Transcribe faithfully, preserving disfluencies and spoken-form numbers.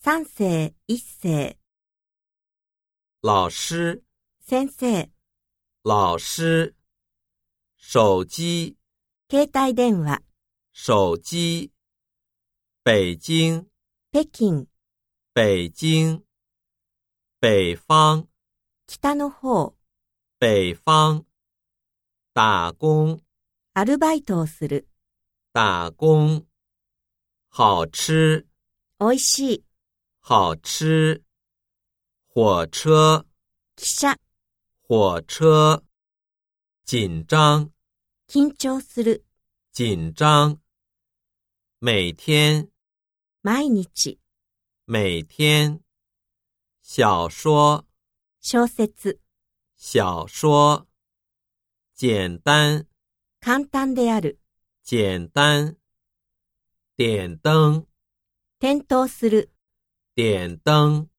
三世、一世。 老师、 先生、 老师。手机、 携帯電話。 手機。北京、 北京、 北京。北方、 北の方。 北方。打工、 アルバイトをする。 打工。好吃、 おいしい。 好吃。火車、 汽車。 火車。緊張、 緊張する。 緊張。每天、 毎日。 每天。小說、 小説。 小說。簡單、 簡単である。 簡單。點燈、 点灯する。 點燈。